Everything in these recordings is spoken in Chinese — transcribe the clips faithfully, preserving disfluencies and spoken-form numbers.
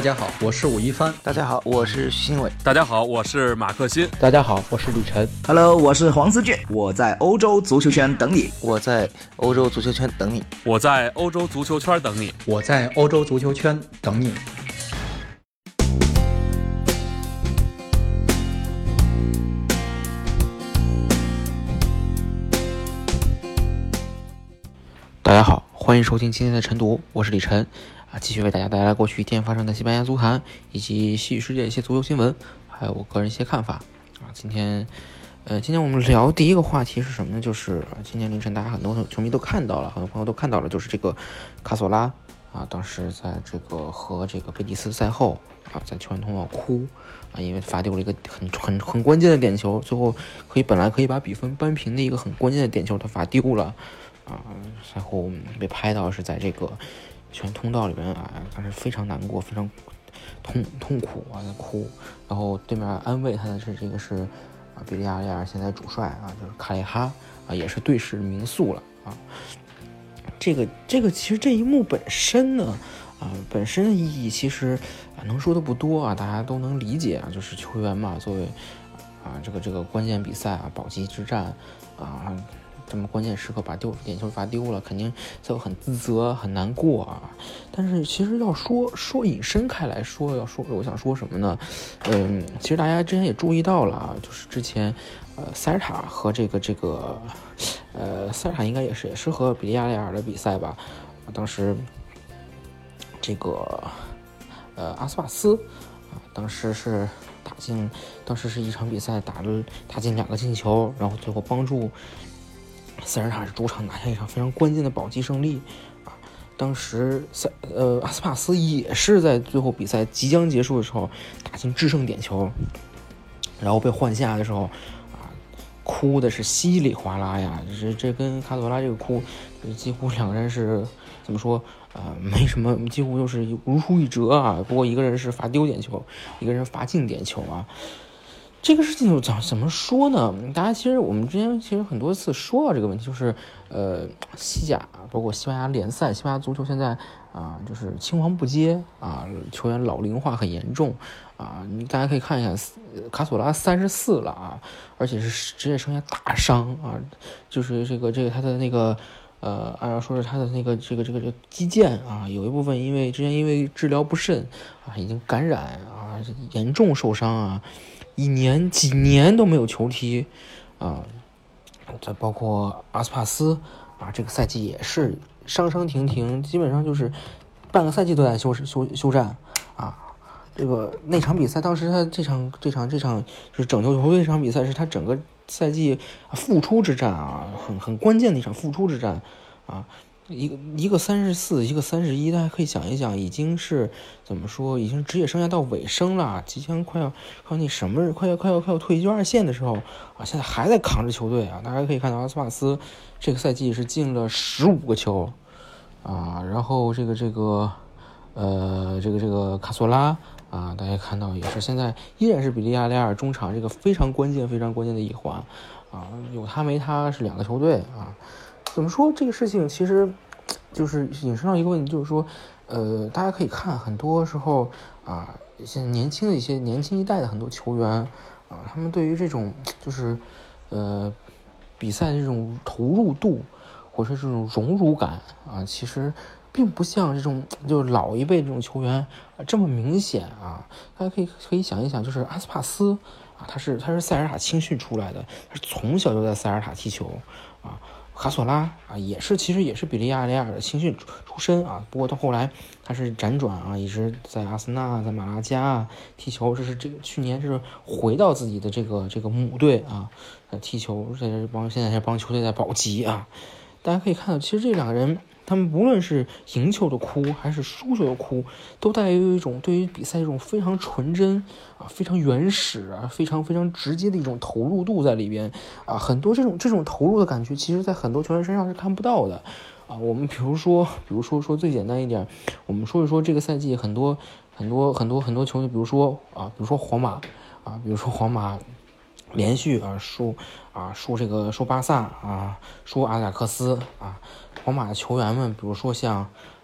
大家好，我是武一帆。 大家好，我是徐新伟。 大家好，我是马克新。 大家好，我是李晨。 Hello， 我是黄思俊。我在欧洲足球圈等你。 我在欧洲足球圈等你。 我在欧洲足球圈等你。 我在欧洲足球圈等你。 大家好，欢迎收听今天的晨读，我是李晨啊，继续为大家带来过去一天发生的西班牙足坛以及西语世界一些足球新闻，还有我个人一些看法啊。今天，呃，今天我们聊第一个话题是什么呢？就是啊，今天凌晨大家很多球迷都看到了，很多朋友都看到了，就是这个卡索拉啊，当时在这个和这个贝蒂斯赛后啊，在球员通道哭啊，因为罚丢了一个很很很关键的点球，最后可以本来可以把比分扳平的一个很关键的点球，他罚丢了。啊，赛后被拍到是在这个球员通道里边啊，当时非常难过，非常痛痛苦啊，在哭。然后对面安慰他的是这个是啊，比利亚雷亚现在主帅啊，就是卡雷哈啊，也是队史名宿了啊。这个这个其实这一幕本身呢，啊，本身的意义其实啊能说的不多啊，大家都能理解啊，就是球员嘛，作为啊这个这个关键比赛啊，保级之战啊。这么关键时刻把丢点球罚丢了，肯定就很自责很难过啊。但是其实要说说引申开来说，要说我想说什么呢？嗯，其实大家之前也注意到了啊，就是之前呃塞尔塔和这个这个呃塞尔塔应该也是也是和比利亚雷亚尔的比赛吧。当时这个呃阿斯帕斯啊，当时是打进，当时是一场比赛打了打进两个进球，然后最后帮助塞尔塔是主场拿下一场非常关键的保级胜利啊！当时塞呃阿斯帕斯也是在最后比赛即将结束的时候打进制胜点球，然后被换下的时候啊，哭的是稀里哗啦呀！这这跟卡索拉这个哭，几乎两个人是怎么说啊、呃？没什么，几乎就是如出一辙啊！不过一个人是罚丢点球，一个人罚进点球啊。这个事情怎怎么说呢？大家其实我们之前其实很多次说到这个问题，就是呃，西甲包括西班牙联赛、西班牙足球现在啊、呃，就是青黄不接啊，球员老龄化很严重啊。你大家可以看一下，卡索拉三十四了啊，而且是职业生涯大伤啊，就是这个这个他的那个呃，按照说是他的那个这个这个这个肌腱啊，有一部分因为之前因为治疗不慎啊，已经感染啊，严重受伤啊。一年几年都没有球踢啊，再包括阿斯帕斯啊，这个赛季也是伤伤停停，基本上就是半个赛季都在休休休战啊。这个那场比赛，当时他这场这场这场就是拯救球队这场比赛，是他整个赛季复出之战啊，很很关键的一场复出之战啊。一个一个三十四，一个三十一，大家可以想一想，已经是怎么说，已经职业生涯到尾声了，即将快要快要那什么，快要快要快要退居二线的时候啊，现在还在扛着球队啊。大家可以看到阿斯帕斯这个赛季是进了十五个球啊，然后这个这个呃这个这个卡索拉啊，大家看到也是现在依然是比利亚雷亚尔中场这个非常关键非常关键的一环啊，有他没他是两个球队啊。怎么说这个事情其实就是引申到一个问题，就是说呃大家可以看很多时候啊，现在年轻的一些年轻一代的很多球员啊，他们对于这种就是呃比赛的这种投入度或者是这种荣辱感啊，其实并不像这种就是老一辈这种球员啊这么明显啊。大家可以可以想一想，就是阿斯帕斯啊，他是他是塞尔塔青训出来的，他是从小就在塞尔塔踢球啊。卡索拉啊，也是其实也是比利亚雷亚尔的青训出身啊，不过到后来他是辗转啊，一直在阿森纳、在马拉加啊踢球，这是这个去年是回到自己的这个这个母队啊踢球，这是帮现在是帮球队在保级啊。大家可以看到，其实这两个人他们无论是赢球的哭还是输球的哭，都带有一种对于比赛一种非常纯真啊、非常原始啊、非常非常直接的一种投入度在里边啊。很多这种这种投入的感觉，其实在很多球员身上是看不到的啊。我们比如说，比如说说最简单一点，我们说一说这个赛季很多很多很多很多球队，比如说啊，比如说皇马啊，比如说皇马。连续啊输啊输这个输巴萨啊输阿贾克斯啊，皇马的球员们，比如说像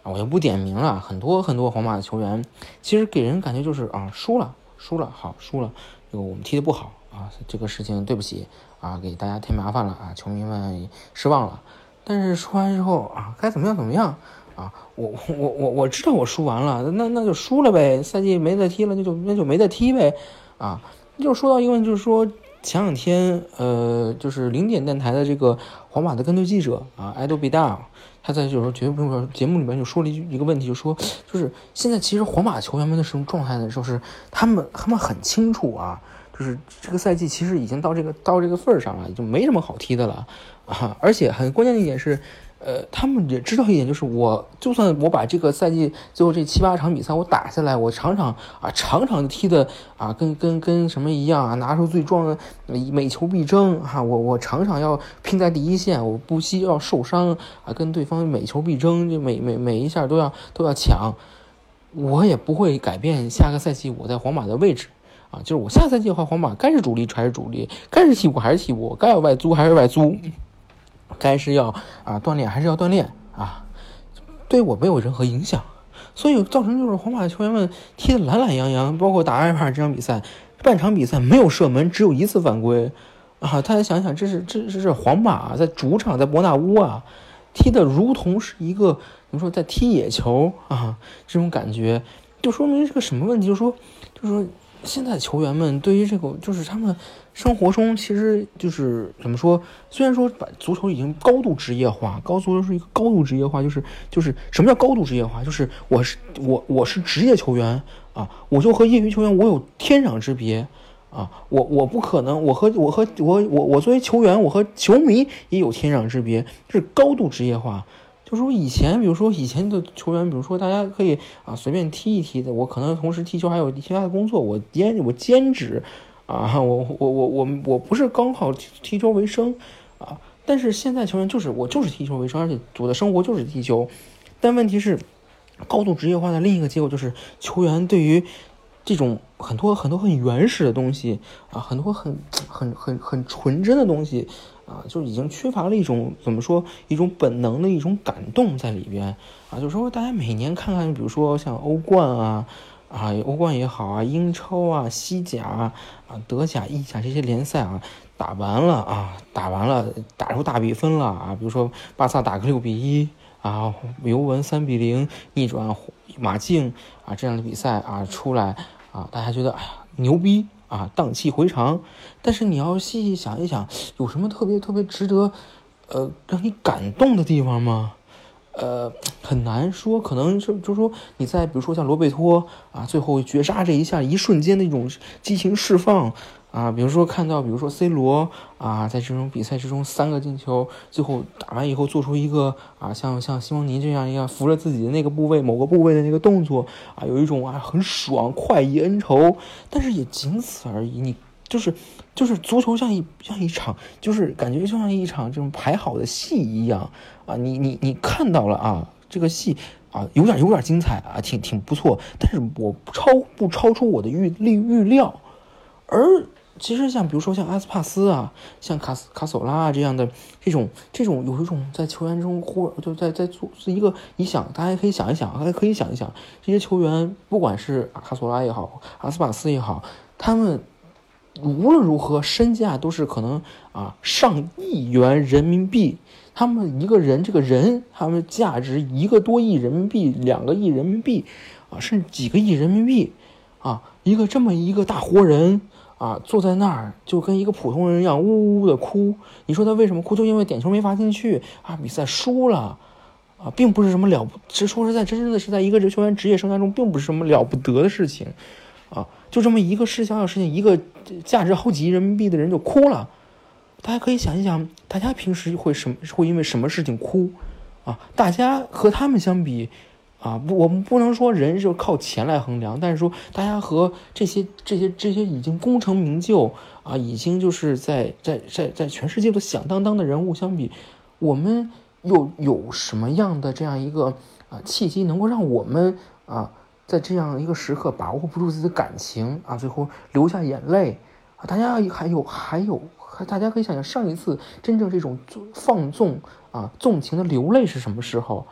我就不点名了，很多很多皇马的球员，其实给人感觉就是啊，输了，输了，好，输了，这个我们踢得不好啊，这个事情对不起啊，给大家添麻烦了啊，球迷们失望了。但是输完之后啊，该怎么样怎么样啊，我我我我知道我输完了，那那就输了呗，赛季没得踢了，那就那就没得踢呗啊。就说到一个问题，就是说前两天呃，就是零点电台的这个皇马的跟队记者啊，埃多比达。他在就是节目节目里面就说了一句一个问题，就说就是现在其实皇马球员们的这种状态呢，就是他们他们很清楚啊，就是这个赛季其实已经到这个到这个份儿上了，已经没什么好踢的了啊，而且很关键的一点是。呃，他们也知道一点，就是我就算我把这个赛季最后这七八场比赛我打下来，我场场啊场场踢的啊跟跟跟什么一样啊，拿出最壮的每球必争啊，我我场场要拼在第一线，我不惜要受伤啊，跟对方每球必争，这每每每一下都要都要抢，我也不会改变下个赛季我在皇马的位置啊，就是我下赛季的话，皇马该是主力还是主力，该是替补还是替补，该要外租还是外租。该是要啊锻炼还是要锻炼啊，对我没有任何影响，所以造成就是皇马球员们踢得懒懒洋洋，包括打埃帕尔这场比赛，半场比赛没有射门，只有一次犯规啊！大家想想，这是这这是皇马在主场在伯纳乌啊，踢得如同是一个怎么说在踢野球啊，这种感觉就说明是个什么问题？就说就说现在球员们对于这个就是他们。生活中其实就是怎么说？虽然说把足球已经高度职业化，高足球是一个高度职业化，就是就是什么叫高度职业化？就是我是我我是职业球员啊，我就和业余球员我有天壤之别啊，我我不可能，我和我和我我我作为球员，我和球迷也有天壤之别，这是高度职业化。就是说以前，比如说以前的球员，比如说大家可以啊随便踢一踢的，我可能同时踢球还有其他的工作，我兼我兼职。啊，我我我我我不是刚好踢踢球为生啊，但是现在球员就是我就是踢球为生，而且我的生活就是踢球。但问题是，高度职业化的另一个结果就是球员对于这种很多很多很原始的东西啊，很多很很很很纯真的东西啊，就已经缺乏了一种怎么说一种本能的一种感动在里边啊。就是说大家每年看看，比如说像欧冠啊。啊，欧冠也好啊，英超啊，西甲啊，德甲、意甲这些联赛啊，打完了啊，打完了，打出大比分了啊，比如说巴萨打个六比一啊，尤文三比零逆转马竞啊，这样的比赛啊出来啊，大家觉得哎呀牛逼啊，荡气回肠。但是你要细细想一想，有什么特别特别值得呃让你感动的地方吗？呃，很难说，可能就就是说你在比如说像罗贝托啊，最后绝杀这一下，一瞬间的一种激情释放啊，比如说看到比如说 C 罗啊，在这种比赛之中三个进球，最后打完以后做出一个啊，像像西蒙尼这样一样扶着自己的那个部位某个部位的那个动作啊，有一种啊很爽快意恩仇，但是也仅此而已。你就是就是足球像一像一场，就是感觉就像一场这种排好的戏一样啊，你你你看到了啊，这个戏啊有点有点精彩啊，挺挺不错，但是我不超不超出我的预预料。而其实像比如说像阿斯帕斯啊，像卡卡索拉啊这样的这种这种有一种在球员中忽就在在做是一个，你想大家可以想一想，还可以想一想，这些球员不管是卡索拉也好，阿斯帕斯也好，他们。无论如何，身价都是可能啊上亿元人民币。他们一个人，这个人，他们价值一个多亿人民币，两个亿人民币，啊，甚至几个亿人民币，啊，一个这么一个大活人啊，坐在那儿就跟一个普通人一样，呜呜的哭。你说他为什么哭？就因为点球没罚进去啊，比赛输了。啊，并不是什么了不，是说实在，真的是在一个球员职业生涯中，并不是什么了不得的事情。啊，就这么一个事小小事情，一个价值好几亿人民币的人就哭了。大家可以想一想，大家平时会什么会因为什么事情哭啊？大家和他们相比啊，不，我们不能说人是靠钱来衡量，但是说大家和这些这些这些已经功成名就啊，已经就是在在在在全世界都响当当的人物相比，我们又有什么样的这样一个啊契机，能够让我们啊？在这样一个时刻把握不住自己的感情啊，最后流下眼泪啊！大家还有还有，大家可以想想上一次真正这种放纵啊纵情的流泪是什么时候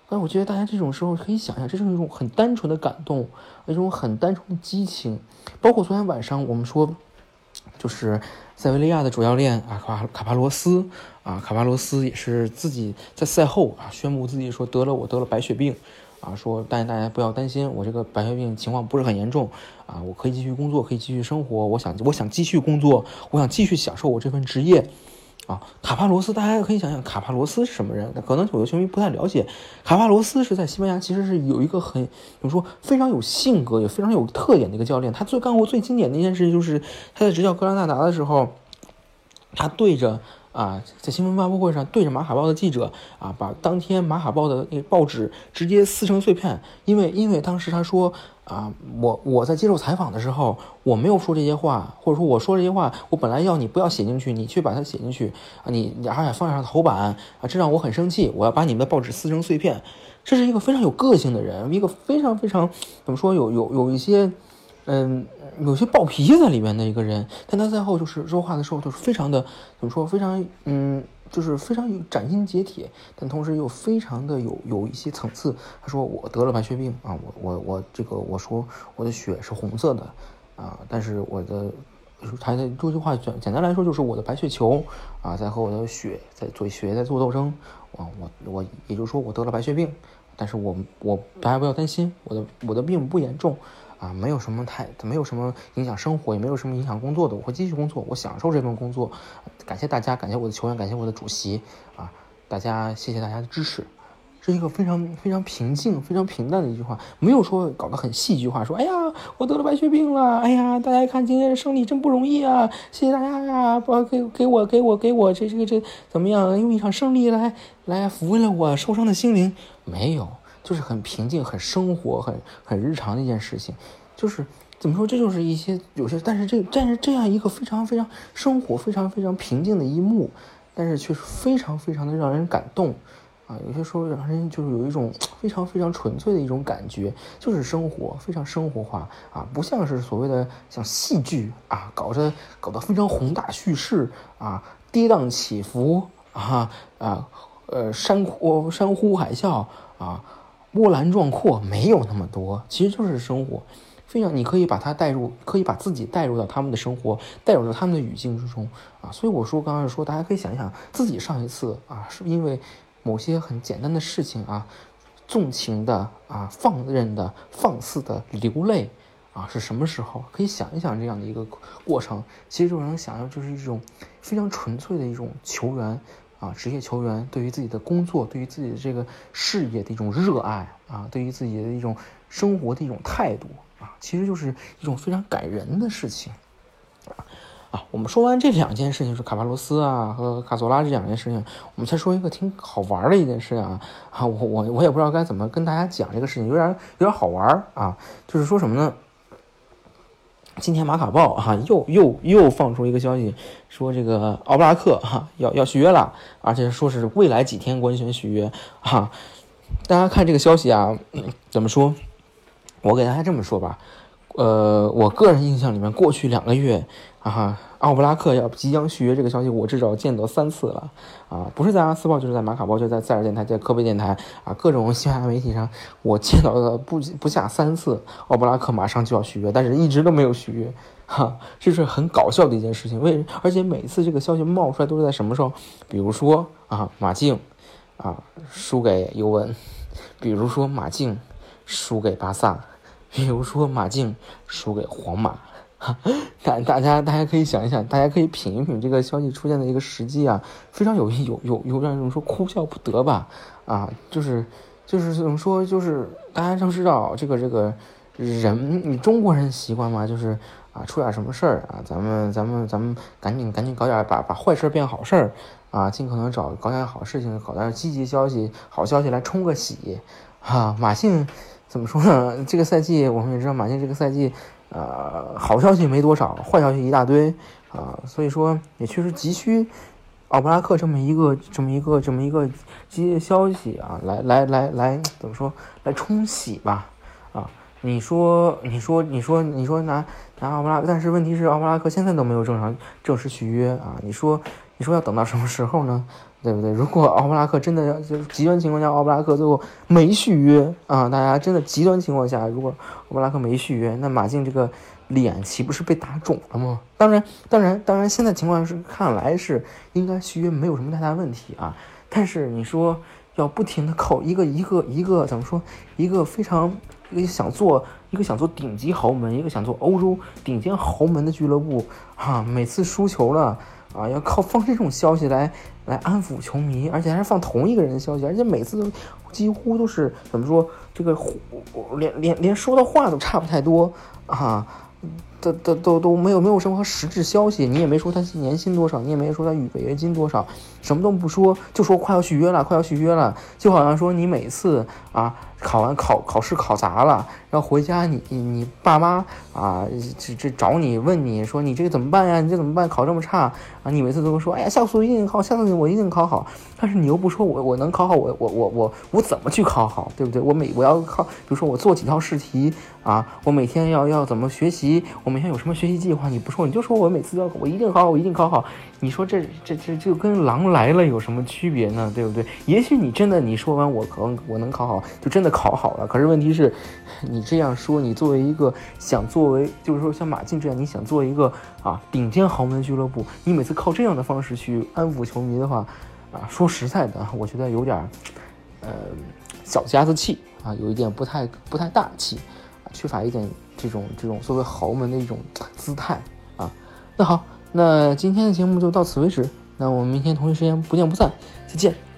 但我觉得大家这种时候可以想想，这是一种很单纯的感动，一种很单纯的激情。包括昨天晚上我们说，就是塞维利亚的主教练啊卡卡帕罗斯啊，卡帕罗斯也是自己在赛后啊宣布自己说得了我得了白血病啊，说但是大家不要担心，我这个白血病情况不是很严重啊，我可以继续工作，可以继续生活，我想我想继续工作，我想继续享受我这份职业。啊，卡帕罗斯，大家可以想想卡帕罗斯是什么人？可能有的球迷不太了解，卡帕罗斯是在西班牙其实是有一个很，比如说非常有性格也非常有特点的一个教练。他最干过最经典的一件事情就是他在执教格拉纳达的时候，他对着啊在新闻发布会上对着马卡报的记者啊，把当天马卡报的那个报纸直接撕成碎片，因为因为当时他说。啊，我我在接受采访的时候，我没有说这些话，或者说我说这些话，我本来要你不要写进去，你却把它写进去啊，你而且放上头版啊，这让我很生气，我要把你们的报纸撕成碎片。这是一个非常有个性的人，一个非常非常怎么说有有有一些嗯有些暴脾气在里面的一个人，但他赛后就是说话的时候就是非常的怎么说非常嗯。就是非常有斩钉截铁，但同时又非常的有有一些层次。他说我得了白血病啊，我我我这个我说我的血是红色的啊，但是我的他的这句话简简单来说就是我的白血球啊在和我的血在做血在做斗争啊，我我也就是说我得了白血病，但是我我大家不要担心，我的我的病不严重。啊，没有什么太，没有什么影响生活，也没有什么影响工作的，我会继续工作，我享受这份工作。感谢大家，感谢我的球员，感谢我的主席啊，大家谢谢大家的支持。是一个非常非常平静、非常平淡的一句话，没有说搞得很戏剧化，说哎呀，我得了白血病了，哎呀，大家看今天的胜利真不容易啊，谢谢大家呀，不给给我给我给我这这个这怎么样，用一场胜利来来抚慰了我受伤的心灵，没有。就是很平静、很生活、很很日常的一件事情，就是怎么说，这就是一些有些，但是这但是这样一个非常非常生活、非常非常平静的一幕，但是却是非常非常的让人感动啊！有些时候让人就是有一种非常非常纯粹的一种感觉，就是生活非常生活化啊，不像是所谓的像戏剧啊，搞着搞得非常宏大叙事啊，跌宕起伏啊啊呃山呼山呼海啸啊。波澜壮阔没有那么多，其实就是生活，非常你可以把它带入，可以把自己带入到他们的生活，带入到他们的语境之中啊。所以我说，刚刚说，大家可以想一想，自己上一次啊，是因为某些很简单的事情啊，纵情的啊，放任的、放肆的流泪啊，是什么时候？可以想一想这样的一个过程，其实就能想象，就是一种非常纯粹的一种球员。啊，职业球员对于自己的工作，对于自己的这个事业的一种热爱啊，对于自己的一种生活的一种态度啊，其实就是一种非常感人的事情啊。啊，我们说完这两件事情，是卡巴罗斯啊和卡索拉这两件事情，我们再说一个挺好玩的一件事啊啊，我我我也不知道该怎么跟大家讲这个事情，有点有点好玩啊，就是说什么呢？今天马卡报哈、啊、又又又放出一个消息，说这个奥布拉克哈、啊、要要续约了，而且说是未来几天官宣续约哈、啊。大家看这个消息啊、嗯，怎么说？我给大家这么说吧，呃，我个人印象里面，过去两个月啊，奥布拉克要即将续约这个消息，我至少见到三次了啊，不是在阿斯报，就是在马卡报，就在塞尔电台，在科贝电台啊，各种西班牙媒体上，我见到了不不下三次，奥布拉克马上就要续约，但是一直都没有续约，哈，这是很搞笑的一件事情。为而且每次这个消息冒出来都是在什么时候？比如说啊，马竞啊输给尤文，比如说马竞输给巴萨，比如说马竞输给皇马。大大家大家可以想一想，大家可以品一品这个消息出现的一个时机啊，非常有有有有让人说哭笑不得吧啊，就是就是怎么说，就是大家都知道这个这个人，你中国人习惯嘛，就是啊出点什么事儿啊，咱们咱们咱们赶紧赶紧搞点把把坏事变好事儿啊，尽可能找搞点好事情，搞点积极消息、好消息来冲个喜啊。马竞怎么说呢？这个赛季我们也知道，马竞这个赛季。呃，好消息没多少，坏消息一大堆啊、呃，所以说也确实急需奥布拉克这么一个这么一个这么一个积极消息啊，来来来来怎么说来冲洗吧啊！你说你说你说你说拿拿奥布拉克，但是问题是奥布拉克现在都没有正常正式续约啊！你说你说要等到什么时候呢？ 对不对？如果奥布拉克真的就是极端情况下，奥布拉克最后没续约啊，大家真的极端情况下，如果奥布拉克没续约，那马竞这个脸岂不是被打肿了吗？当然，当然，当然，现在情况是看来是应该续约没有什么太大问题啊。但是你说要不停的靠一个一个一个怎么说，一个非常一个想做一个想做顶级豪门，一个想做欧洲顶尖豪门的俱乐部啊，每次输球了啊，要靠放这种消息来来安抚球迷，而且还是放同一个人的消息，而且每次都几乎都是怎么说，这个连连连说的话都差不太多啊。都都都都没有没有任何实质消息，你也没说他年薪多少，你也没说他违约金多少，什么都不说，就说快要续约了，快要续约了，就好像说你每次啊考完考考试考砸了，然后回家你你你爸妈啊这这找你问你说你这个怎么办呀？你这怎么办？考这么差啊？你每次都说哎呀下次我一定考，下次我一定考好，但是你又不说我我能考好，我我我我我怎么去考好，对不对？我每我要考，比如说我做几套试题啊，我每天要要怎么学习，我每天有什么学习计划，你不说，你就说我每次要我一定考好，我一定考好，你说这这这就跟狼来了有什么区别呢？对不对？也许你真的你说完我可能我能考好，就真的考好了，可是问题是，你这样说，你作为一个想作为就是说像马竞这样，你想做一个啊顶尖豪门俱乐部，你每次靠这样的方式去安抚球迷的话，啊，说实在的，我觉得有点呃小家子气啊，有一点不太不太大气。缺乏一点这种这种作为豪门的一种姿态啊。那好，那今天的节目就到此为止，那我们明天同一时间不见不散，再见。